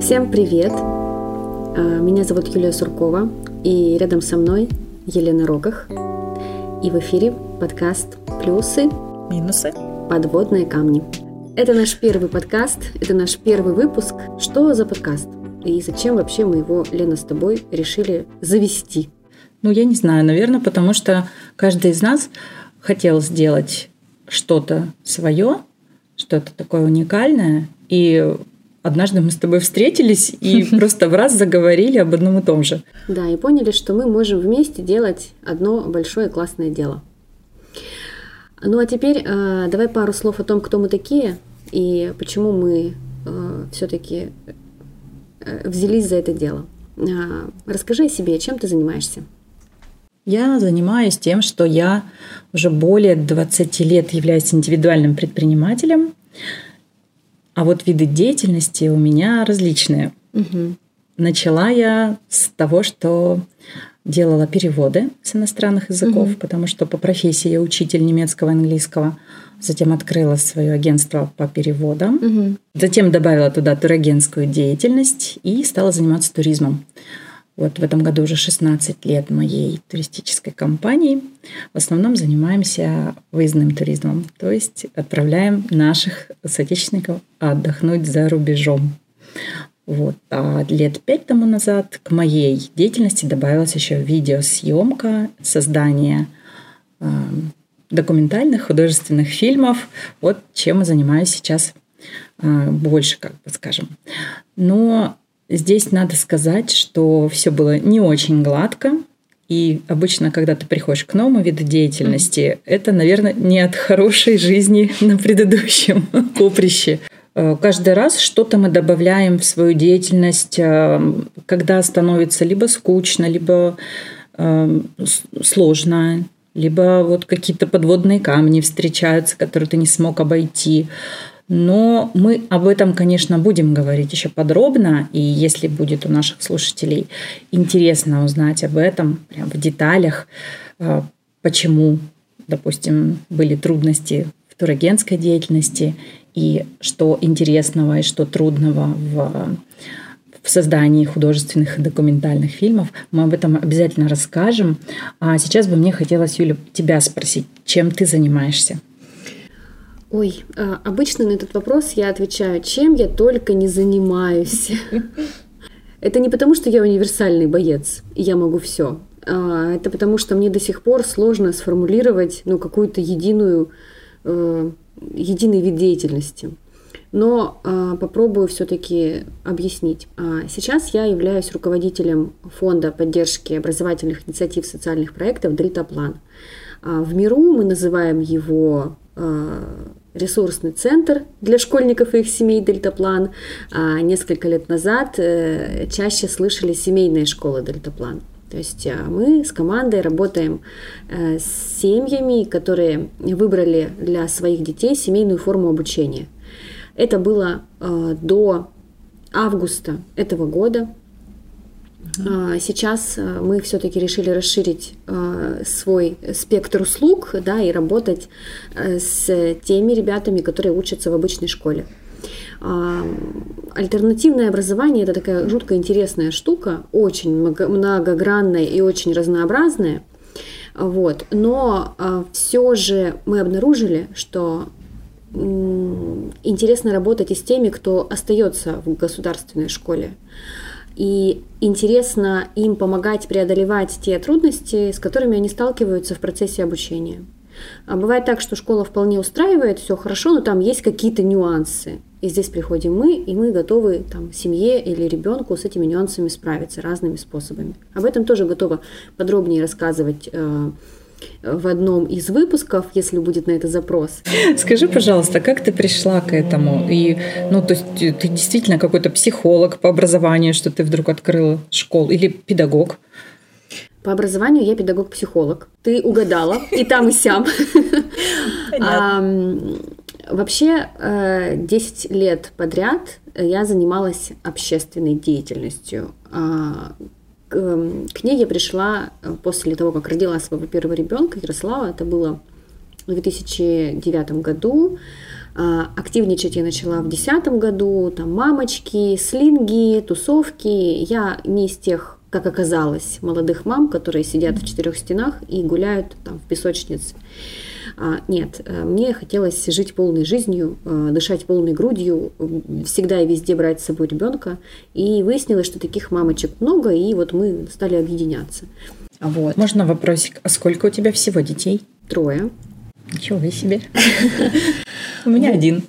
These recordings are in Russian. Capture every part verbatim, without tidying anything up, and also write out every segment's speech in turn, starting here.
Всем привет! Меня зовут Юлия Суркова, и рядом со мной Елена Рогах. И в эфире подкаст «Плюсы, минусы, подводные камни». Это наш первый подкаст, это наш первый выпуск. Что за подкаст? И зачем вообще мы его, Лена, с тобой решили завести? Ну, я не знаю, наверное, потому что каждый из нас хотел сделать что-то свое, что-то такое уникальное, и однажды мы с тобой встретились и просто в раз заговорили об одном и том же. Да, и поняли, что мы можем вместе делать одно большое классное дело. Ну а теперь э, давай пару слов о том, кто мы такие и почему мы э, все-таки э, взялись за это дело. Э, расскажи о себе, чем ты занимаешься? Я занимаюсь тем, что я уже более двадцать лет являюсь индивидуальным предпринимателем. А вот виды деятельности у меня различные. Угу. Начала я с того, что делала переводы с иностранных языков, угу. потому что по профессии я учитель немецкого и английского. Затем открыла свое агентство по переводам. Угу. Затем добавила туда турагентскую деятельность и стала заниматься туризмом. Вот в этом году уже шестнадцать лет моей туристической компании. В основном занимаемся выездным туризмом, то есть отправляем наших соотечественников отдохнуть за рубежом. Вот. А лет пять тому назад к моей деятельности добавилась еще видеосъемка, создание э, документальных художественных фильмов. Вот чем я занимаюсь сейчас э, больше, как бы скажем. Но здесь надо сказать, что все было не очень гладко. И обычно, когда ты приходишь к новому виду деятельности, mm-hmm. это, наверное, не от хорошей жизни на предыдущем поприще. Каждый раз что-то мы добавляем в свою деятельность, когда становится либо скучно, либо сложно, либо вот какие-то подводные камни встречаются, которые ты не смог обойти. Но мы об этом, конечно, будем говорить еще подробно, и если будет у наших слушателей интересно узнать об этом прям в деталях, почему, допустим, были трудности в турагентской деятельности, и что интересного и что трудного в, в создании художественных и документальных фильмов, мы об этом обязательно расскажем. А сейчас бы мне хотелось, Юля, тебя спросить, чем ты занимаешься? Ой, обычно на этот вопрос я отвечаю, чем я только не занимаюсь. Это не потому, что я универсальный боец, и я могу все. Это потому, что мне до сих пор сложно сформулировать ну, какую-то единую, единый вид деятельности. Но попробую все-таки объяснить. Сейчас я являюсь руководителем фонда поддержки образовательных инициатив социальных проектов «Дельтаплан». В миру мы называем его ресурсный центр для школьников и их семей «Дельтаплан». А несколько лет назад чаще слышали «семейная школа Дельтаплан». То есть мы с командой работаем с семьями, которые выбрали для своих детей семейную форму обучения. Это было до августа этого года. Сейчас мы все-таки решили расширить свой спектр услуг, да, и работать с теми ребятами, которые учатся в обычной школе. Альтернативное образование – это такая жутко интересная штука, очень многогранная и очень разнообразная. Вот. Но все же мы обнаружили, что интересно работать и с теми, кто остается в государственной школе. И интересно им помогать преодолевать те трудности, с которыми они сталкиваются в процессе обучения. А бывает так, что школа вполне устраивает, все хорошо, но там есть какие-то нюансы. И здесь приходим мы, и мы готовы там, семье или ребенку с этими нюансами справиться разными способами. Об этом тоже готова подробнее рассказывать э, в одном из выпусков, если будет на это запрос. Скажи, пожалуйста, как ты пришла к этому? И, ну, то есть ты действительно какой-то психолог по образованию, что ты вдруг открыла школу, или педагог? По образованию я педагог-психолог. Ты угадала, и там, и сям. Вообще, десять лет подряд я занималась общественной деятельностью. К ней я пришла после того, как родила своего первого ребенка, Ярослава. Это было в две тысячи девятом году. Активничать я начала в две тысячи десятом году, там мамочки, слинги, тусовки. Я не из тех, как оказалось, молодых мам, которые сидят в четырех стенах и гуляют там в песочнице. Нет, мне хотелось жить полной жизнью, дышать полной грудью, всегда и везде брать с собой ребенка. И выяснилось, что таких мамочек много, и вот мы стали объединяться. Вот. Можно вопросик? А сколько у тебя всего детей? Трое. Ничего себе. У меня один.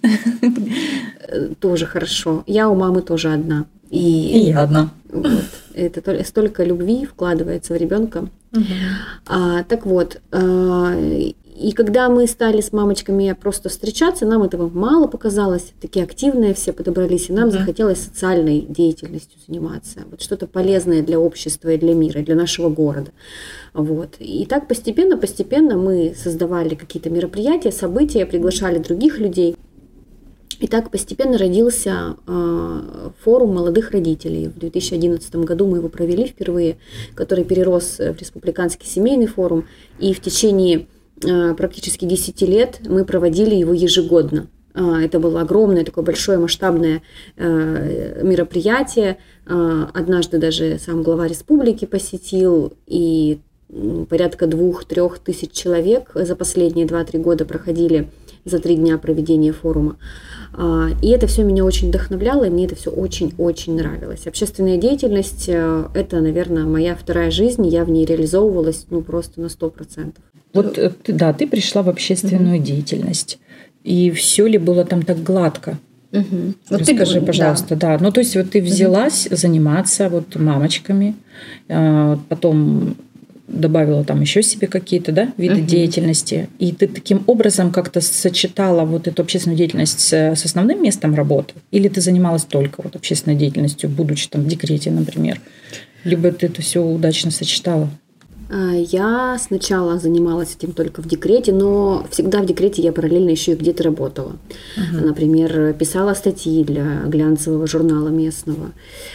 Тоже хорошо. Я у мамы тоже одна. И, и я одна. Вот. Это столько любви вкладывается в ребенка. Угу. А, так вот, а, и когда мы стали с мамочками просто встречаться, нам этого мало показалось. Такие активные все подобрались, и нам угу. захотелось социальной деятельностью заниматься. Вот что-то полезное для общества и для мира, и для нашего города. Вот. И так постепенно-постепенно мы создавали какие-то мероприятия, события, приглашали других людей. И так постепенно родился э, форум молодых родителей. В две тысячи одиннадцатом году мы его провели впервые, который перерос в республиканский семейный форум. И в течение э, практически десяти лет мы проводили его ежегодно. Э, это было огромное, такое большое масштабное э, мероприятие. Э, однажды даже сам глава республики посетил, и порядка двух-трех тысяч человек за последние два-три года проходили за три дня проведения форума. И это все меня очень вдохновляло, и мне это все очень-очень нравилось. Общественная деятельность – это, наверное, моя вторая жизнь, я в ней реализовывалась ну, просто на сто процентов. Вот, да, ты пришла в общественную угу. деятельность, и все ли было там так гладко? Угу. Вот расскажи, ты, пожалуйста, да. да. Ну, то есть вот ты взялась угу. заниматься вот мамочками, потом добавила там еще себе какие-то да, виды uh-huh. деятельности, и ты таким образом как-то сочетала вот эту общественную деятельность с, с основным местом работы, или ты занималась только вот общественной деятельностью, будучи там в декрете, например, либо ты это все удачно сочетала? Я сначала занималась этим только в декрете, но всегда в декрете я параллельно еще и где-то работала. Uh-huh. Например, писала статьи для глянцевого журнала местного.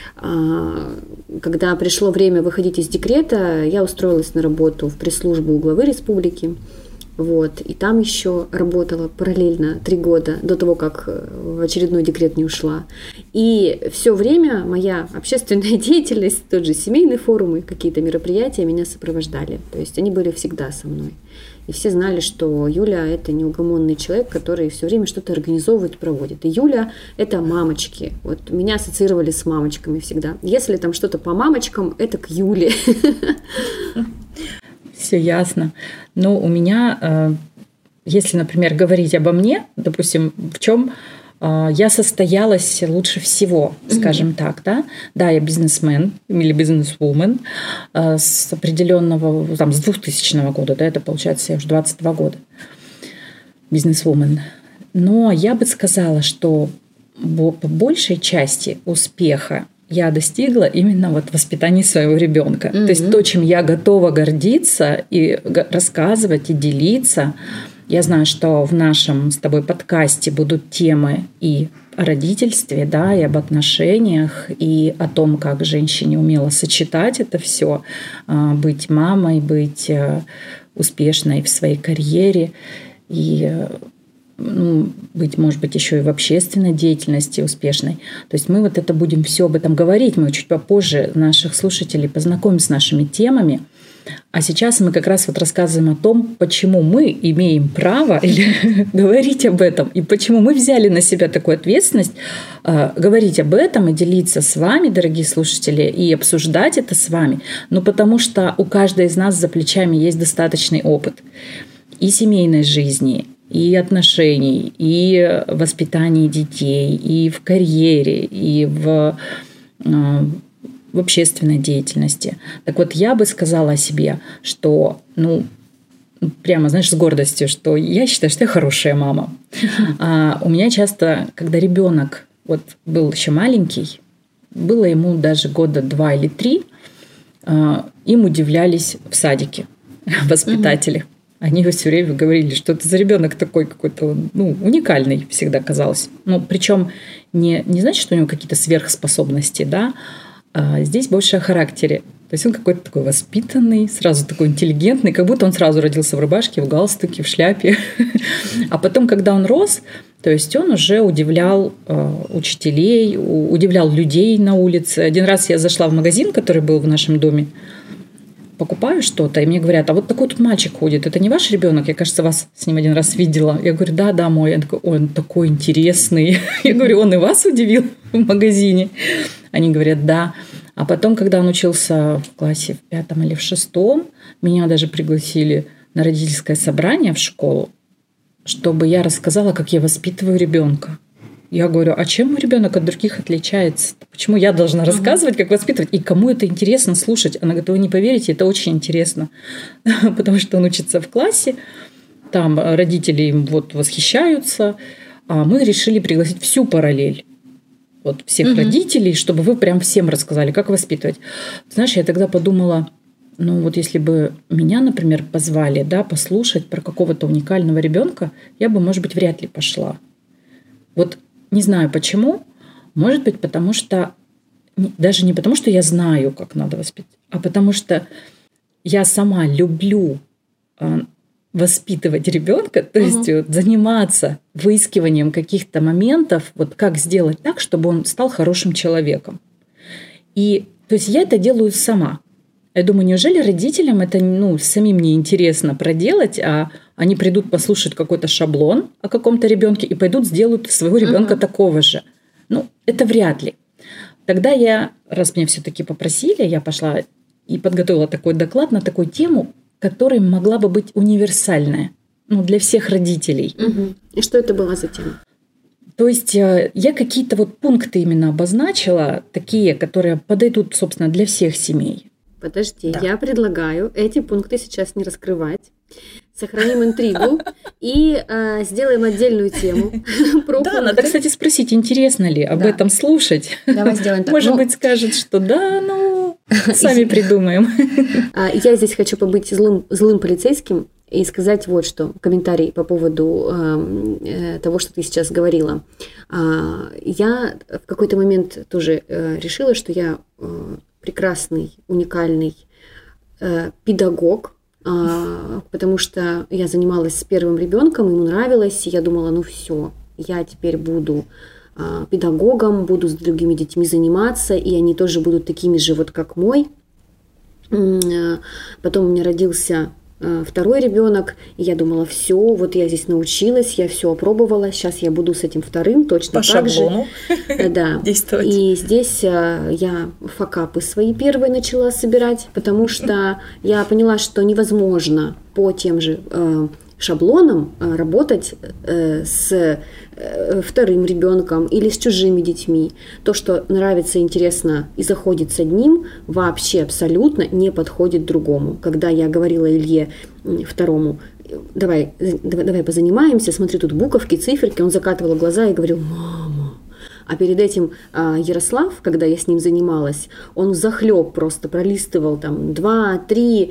Когда пришло время выходить из декрета, я устроилась на работу в пресс-службу главы республики. Вот, и там еще работала параллельно три года до того, как в очередной декрет не ушла. И все время моя общественная деятельность, тот же семейный форум и какие-то мероприятия меня сопровождали. То есть они были всегда со мной. И все знали, что Юля – это неугомонный человек, который все время что-то организовывает, проводит. И Юля – это мамочки. Вот меня ассоциировали с мамочками всегда. Если там что-то по мамочкам, это к Юле. Все ясно. Но у меня, если, например, говорить обо мне, допустим, в чем я состоялась лучше всего, скажем mm-hmm. так, да? Да, я бизнесмен или бизнесвумен с определенного, там, с двухтысячного года, да, это получается, я уже двадцать два года бизнесвумен. Но я бы сказала, что по большей части успеха я достигла именно вот воспитания своего ребенка. Mm-hmm. То есть то, чем я готова гордиться и рассказывать, и делиться. Я знаю, что в нашем с тобой подкасте будут темы и о родительстве, да, и об отношениях, и о том, как женщине умело сочетать это все, быть мамой, быть успешной в своей карьере и ну, быть, может быть, еще и в общественной деятельности успешной. То есть мы вот это будем все об этом говорить. Мы чуть попозже наших слушателей познакомим с нашими темами. А сейчас мы как раз вот рассказываем о том, почему мы имеем право или говорить об этом, и почему мы взяли на себя такую ответственность э, говорить об этом и делиться с вами, дорогие слушатели, и обсуждать это с вами. Ну, потому что у каждой из нас за плечами есть достаточный опыт и семейной жизни, и отношений, и воспитания детей, и в карьере, и в, в общественной деятельности. Так вот, я бы сказала о себе, что, ну, прямо, знаешь, с гордостью, что я считаю, что я хорошая мама. А у меня часто, когда ребенок вот был еще маленький, было ему даже года два или три, им удивлялись в садике воспитатели. Они все время говорили, что это за ребенок такой какой-то, ну, уникальный всегда казалось. Ну, причем не, не значит, что у него какие-то сверхспособности, да, а здесь больше о характере. То есть он какой-то такой воспитанный, сразу такой интеллигентный, как будто он сразу родился в рубашке, в галстуке, в шляпе. А потом, когда он рос, то есть он уже удивлял э, учителей, удивлял людей на улице. Один раз я зашла в магазин, который был в нашем доме, покупаю что-то, и мне говорят, а вот такой тут мальчик ходит, это не ваш ребенок? Я, кажется, вас с ним один раз видела. Я говорю, да, да, мой. Я такой, ой, он такой интересный. Я говорю, он и вас удивил в магазине? Они говорят, да. А потом, когда он учился в классе в пятом или в шестом, меня даже пригласили на родительское собрание в школу, чтобы я рассказала, как я воспитываю ребенка. Я говорю, а чем мой ребенок от других отличается? Почему я должна рассказывать, как воспитывать? И кому это интересно слушать? Она говорит, вы не поверите, это очень интересно. Потому что он учится в классе, там родители им вот восхищаются, а мы решили пригласить всю параллель. Вот всех угу. родителей, чтобы вы прям всем рассказали, как воспитывать. Знаешь, я тогда подумала, ну вот если бы меня, например, позвали, да, послушать про какого-то уникального ребенка, я бы, может быть, вряд ли пошла. Вот не знаю почему, может быть, потому что, даже не потому, что я знаю, как надо воспитывать, а потому что я сама люблю воспитывать ребенка, то есть угу. вот, заниматься выискиванием каких-то моментов, вот как сделать так, чтобы он стал хорошим человеком. И то есть я это делаю сама. Я думаю, неужели родителям это ну, самим не интересно проделать, а они придут послушать какой-то шаблон о каком-то ребенке и пойдут сделают своего ребенка угу. такого же. Ну, это вряд ли. Тогда я, раз меня все-таки попросили, я пошла и подготовила такой доклад на такую тему, которая могла бы быть универсальная, ну, для всех родителей. Угу. И что это была за тема? То есть я какие-то вот пункты именно обозначила, такие, которые подойдут, собственно, для всех семей. Подожди, да. Я предлагаю эти пункты сейчас не раскрывать. Сохраним интригу и э, сделаем отдельную тему. Про да, надо, кстати, спросить, интересно ли об да. этом слушать. Давай сделаем так. Может ну... быть, скажет, что да, ну, сами придумаем. Я здесь хочу побыть злым, злым полицейским и сказать вот что. Комментарий по поводу э, того, что ты сейчас говорила. Я в какой-то момент тоже э, решила, что я э, прекрасный, уникальный э, педагог, потому что я занималась с первым ребенком, ему нравилось, и я думала, ну все, я теперь буду педагогом, буду с другими детьми заниматься, и они тоже будут такими же, вот как мой. Потом у меня родился второй ребенок, и я думала, все, вот я здесь научилась, я все опробовала, сейчас я буду с этим вторым точно по так шаблону же. Да. Действовать. И здесь я факапы свои первые начала собирать, потому что я поняла, что невозможно по тем же шаблонам работать с вторым ребенком или с чужими детьми. То, что нравится, интересно и заходит с одним, вообще абсолютно не подходит другому. Когда я говорила Илье второму, давай, давай, давай позанимаемся, смотри, тут буковки, циферки, он закатывал глаза и говорил, мама. А перед этим Ярослав, когда я с ним занималась, он взахлеб просто пролистывал там два-три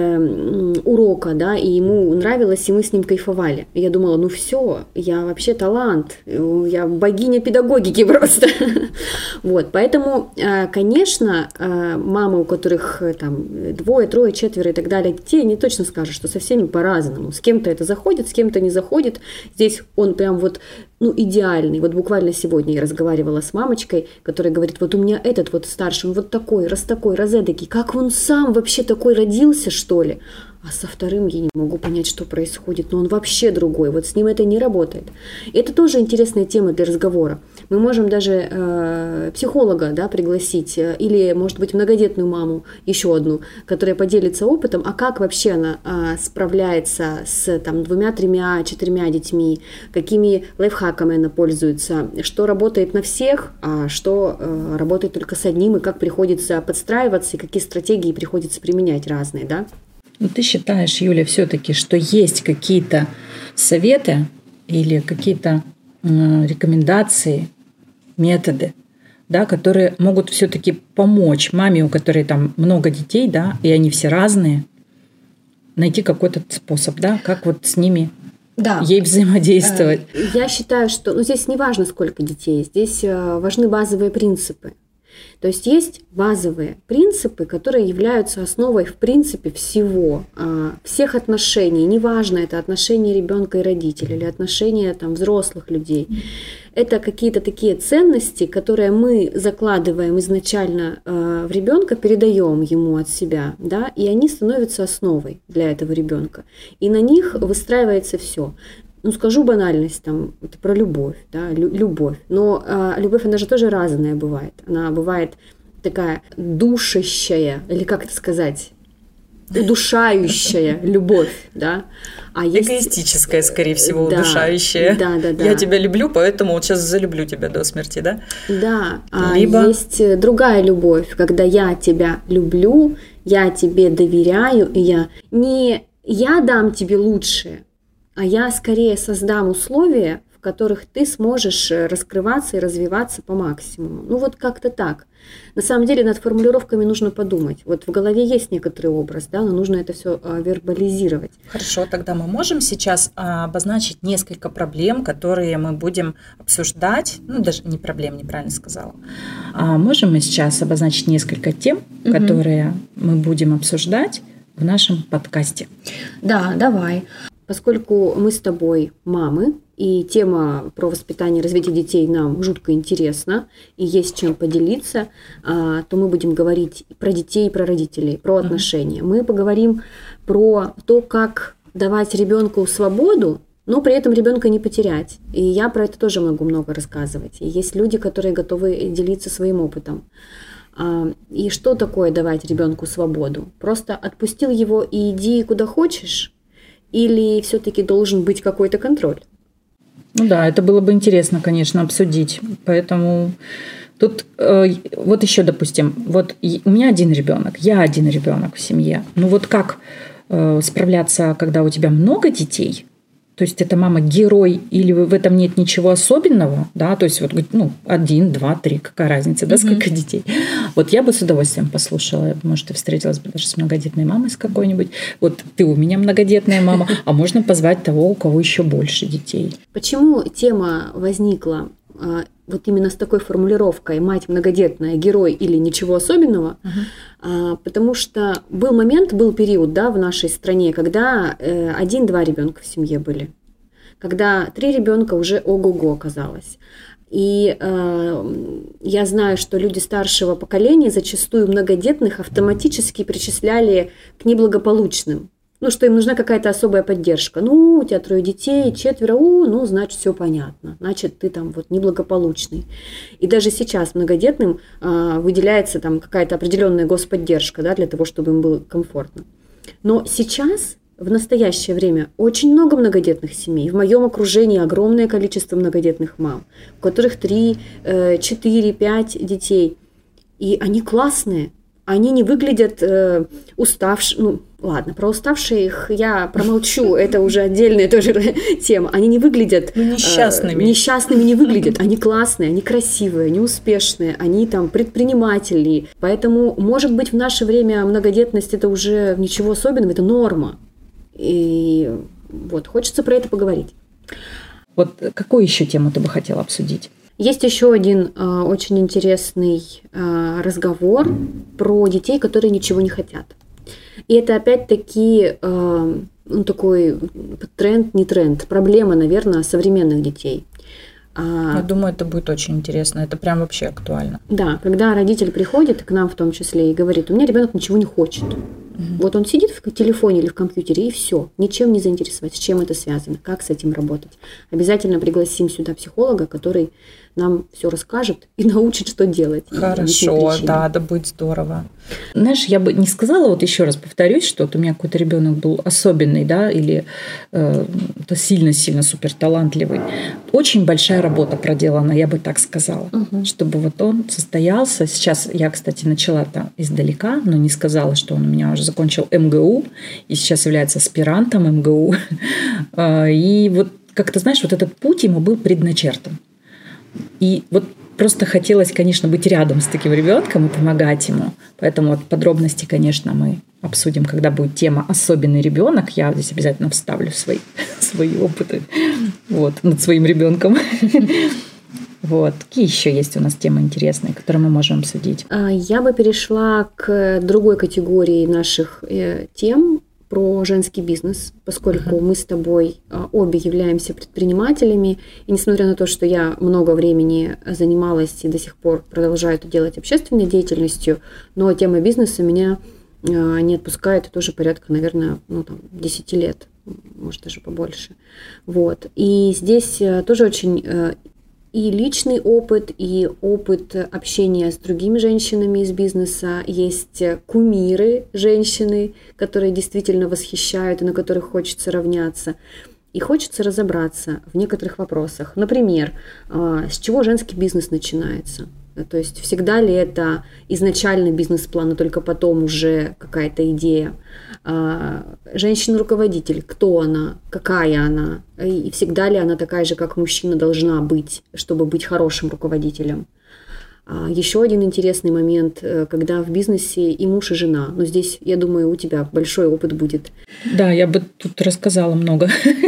э, урока, да, и ему нравилось, и мы с ним кайфовали. И я думала, ну все, я вообще талант, я богиня педагогики просто. Вот, поэтому, конечно, мамы, у которых там двое, трое, четверо и так далее детей, они точно скажут, что со всеми по-разному. С кем-то это заходит, с кем-то не заходит. Здесь он прям вот ну, идеальный. Вот буквально сегодня я разговаривала с мамочкой, которая говорит, вот у меня этот вот старший, он вот такой, раз такой, раз эдакий. Как он сам вообще такой родился, что ли? А со вторым я не могу понять, что происходит. Но он вообще другой. Вот с ним это не работает. И это тоже интересная тема для разговора. Мы можем даже э, психолога, да, пригласить. Э, или, может быть, многодетную маму, еще одну, которая поделится опытом. А как вообще она э, справляется с там, двумя, тремя, четырьмя детьми? Какими лайфхаками она пользуется? Что работает на всех, а что э, работает только с одним? И как приходится подстраиваться? И какие стратегии приходится применять разные, да? Ну, ты считаешь, Юля, все-таки, что есть какие-то советы или какие-то э, рекомендации, методы, да, которые могут все-таки помочь маме, у которой там много детей, да, и они все разные, найти какой-то способ, да, как вот с ними да. ей взаимодействовать? Я считаю, что ну, здесь не важно, сколько детей, здесь важны базовые принципы. То есть есть базовые принципы, которые являются основой в принципе всего, всех отношений. Неважно, это отношения ребенка и родителей или отношения там, взрослых людей. Это какие-то такие ценности, которые мы закладываем изначально в ребенка, передаем ему от себя, да, и они становятся основой для этого ребенка. И на них выстраивается все. Ну, скажу банальность, там, это про любовь, да, лю- любовь. Но а, любовь, она же тоже разная бывает. Она бывает такая душащая, или как это сказать, удушающая любовь, да. А есть... Эгоистическая, скорее всего, да, удушающая. Да, да, да. Я тебя люблю, поэтому вот сейчас залюблю тебя до смерти, да? Да. Либо... А есть другая любовь, когда я тебя люблю, я тебе доверяю, и я не я дам тебе лучшее, а я скорее создам условия, в которых ты сможешь раскрываться и развиваться по максимуму. Ну вот как-то так. На самом деле над формулировками нужно подумать. Вот в голове есть некоторый образ, да, но нужно это все вербализировать. Хорошо, тогда мы можем сейчас обозначить несколько проблем, которые мы будем обсуждать. Ну, даже не проблем, неправильно сказала. А можем мы сейчас обозначить несколько тем, угу. которые мы будем обсуждать в нашем подкасте? Да, давай. Поскольку мы с тобой мамы, и тема про воспитание и развитие детей нам жутко интересна, и есть чем поделиться, то мы будем говорить про детей, про родителей, про отношения. Mm-hmm. Мы поговорим про то, как давать ребенку свободу, но при этом ребенка не потерять. И я про это тоже могу много рассказывать. И есть люди, которые готовы делиться своим опытом. И что такое давать ребенку свободу? Просто отпустил его и иди куда хочешь? Или все-таки должен быть какой-то контроль? Ну да, это было бы интересно, конечно, обсудить. Поэтому тут э, вот еще, допустим, вот у меня один ребенок, я один ребенок в семье. Ну вот как э, справляться, когда у тебя много детей? То есть это мама герой, или в этом нет ничего особенного, да, то есть вот ну, один, два, три, какая разница, да, сколько mm-hmm. детей. Вот я бы с удовольствием послушала, может, ты встретилась бы даже с многодетной мамой с какой-нибудь, вот ты у меня многодетная мама, а можно позвать того, у кого еще больше детей. Почему тема возникла вот именно с такой формулировкой «мать многодетная, герой или ничего особенного», uh-huh. потому что был момент, был период, да, в нашей стране, когда один-два ребенка в семье были, когда три ребенка уже ого-го оказалось. И э, я знаю, что люди старшего поколения зачастую многодетных автоматически причисляли к неблагополучным. Ну, что им нужна какая-то особая поддержка. Ну, у тебя трое детей, четверо, у, ну, значит, все понятно. Значит, ты там вот неблагополучный. И даже сейчас многодетным а, выделяется там какая-то определенная господдержка, да, для того, чтобы им было комфортно. Но сейчас, в настоящее время, очень много многодетных семей. В моем окружении огромное количество многодетных мам, у которых три, четыре, пять детей. И они классные. Они не выглядят э, уставшими. Ну, ладно, про уставших я промолчу, это уже отдельная тоже тема. Они не выглядят... Ну, несчастными. Э, несчастными не выглядят. Они классные, они красивые, они успешные, они там предприниматели. Поэтому, может быть, в наше время многодетность это уже ничего особенного, это норма. И вот, хочется про это поговорить. Вот какую еще тему ты бы хотела обсудить? Есть еще один э, очень интересный э, разговор про детей, которые ничего не хотят. И это опять-таки э, ну, такой тренд, не тренд, проблема, наверное, современных детей. Я думаю, это будет очень интересно, это прям вообще актуально. Да, когда родитель приходит к нам в том числе и говорит, у меня ребенок ничего не хочет. Mm-hmm. Вот он сидит в телефоне или в компьютере и все, ничем не заинтересовать, с чем это связано, как с этим работать. Обязательно пригласим сюда психолога, который нам все расскажет и научит, что делать. Хорошо, да, да, будет здорово. Знаешь, я бы не сказала, вот еще раз повторюсь, что вот у меня какой-то ребенок был особенный, да, или э, сильно-сильно супер талантливый. Очень большая работа проделана, я бы так сказала, угу. чтобы вот он состоялся. Сейчас я, кстати, начала там издалека, но не сказала, что он у меня уже закончил эм гэ у и сейчас является аспирантом эм гэ у. И вот как-то, знаешь, вот этот путь ему был предначертан. И вот просто хотелось, конечно, быть рядом с таким ребенком и помогать ему. Поэтому вот подробности, конечно, мы обсудим, когда будет тема «Особенный ребенок». Я здесь обязательно вставлю свои, свои опыты вот, над своим ребенком. Вот. Какие еще есть у нас темы интересные, которые мы можем обсудить? Я бы перешла к другой категории наших тем про женский бизнес, поскольку uh-huh. мы с тобой обе являемся предпринимателями, и несмотря на то, что я много времени занималась и до сих пор продолжаю это делать общественной деятельностью, но тема бизнеса меня не отпускает тоже порядка, наверное, ну, там, десять лет, может, даже побольше. Вот. И здесь тоже очень и личный опыт, и опыт общения с другими женщинами из бизнеса. Есть кумиры женщины, которые действительно восхищают и на которых хочется равняться. И хочется разобраться в некоторых вопросах. Например, с чего женский бизнес начинается? То есть всегда ли это изначально бизнес-план, а только потом уже какая-то идея? Женщина-руководитель, кто она, какая она? И всегда ли она такая же, как мужчина, должна быть, чтобы быть хорошим руководителем? Еще один интересный момент, когда в бизнесе и муж, и жена. Но здесь, я думаю, у тебя большой опыт будет. Да, я бы тут рассказала много.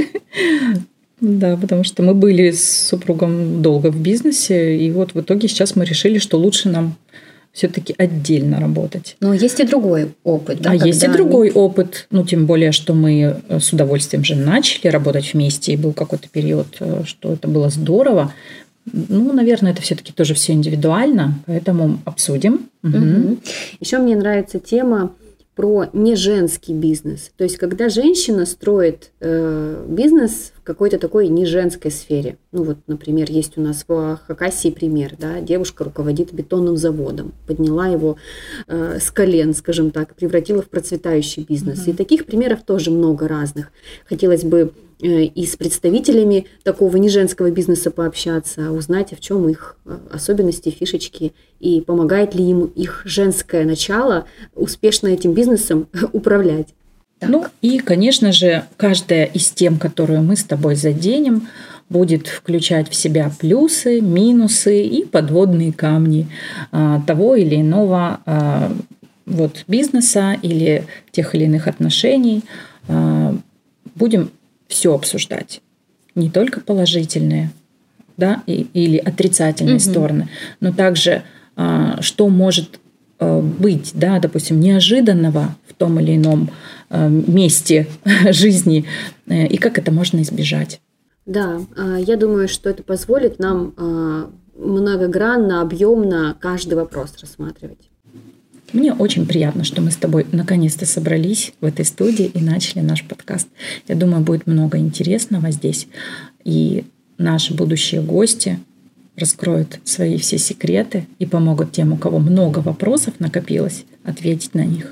Да, потому что мы были с супругом долго в бизнесе, и вот в итоге сейчас мы решили, что лучше нам все-таки отдельно работать. Но есть и другой опыт. Да, а есть и другой они... опыт, ну тем более, что мы с удовольствием же начали работать вместе, и был какой-то период, что это было здорово. Ну, наверное, это все-таки тоже все индивидуально, поэтому обсудим. Угу. Угу. Еще мне нравится тема про неженский бизнес. То есть, когда женщина строит э, бизнес в какой-то такой неженской сфере. Ну вот, например, есть у нас в Хакасии пример. Да? Девушка руководит бетонным заводом, подняла его э, с колен, скажем так, превратила в процветающий бизнес. Mm-hmm. И таких примеров тоже много разных. Хотелось бы э, и с представителями такого неженского бизнеса пообщаться, узнать, в чем их особенности, фишечки, и помогает ли им их женское начало успешно этим бизнесом управлять. Так. Ну и, конечно же, каждая из тем, которую мы с тобой заденем, будет включать в себя плюсы, минусы и подводные камни а, того или иного а, вот, бизнеса или тех или иных отношений. А, будем все обсуждать, не только положительные, да, и, или отрицательные угу. стороны, но также а, что может быть, да, допустим, неожиданного в том или ином месте жизни, и как это можно избежать. Да, я думаю, что это позволит нам многогранно, объемно каждый вопрос рассматривать. Мне очень приятно, что мы с тобой наконец-то собрались в этой студии и начали наш подкаст. Я думаю, будет много интересного здесь, и наши будущие гости раскроют свои все секреты и помогут тем, у кого много вопросов накопилось, ответить на них.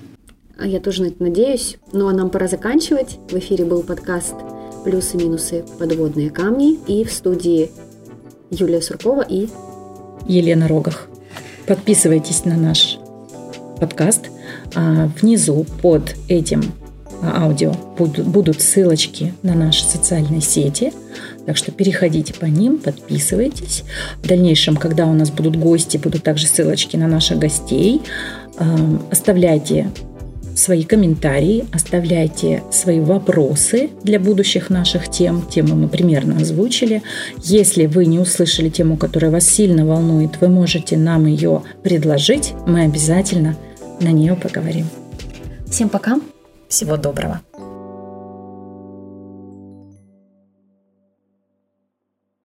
Я тоже на это надеюсь. Ну а нам пора заканчивать. В эфире был подкаст «Плюсы-минусы. Подводные камни». И в студии Юлия Суркова и Елена Рогах. Подписывайтесь на наш подкаст. Внизу под этим аудио будут ссылочки на наши социальные сети. Так что переходите по ним, подписывайтесь. В дальнейшем, когда у нас будут гости, будут также ссылочки на наших гостей. Оставляйте свои комментарии, оставляйте свои вопросы для будущих наших тем. Темы мы примерно озвучили. Если вы не услышали тему, которая вас сильно волнует, вы можете нам ее предложить. Мы обязательно на нее поговорим. Всем пока. Всего доброго.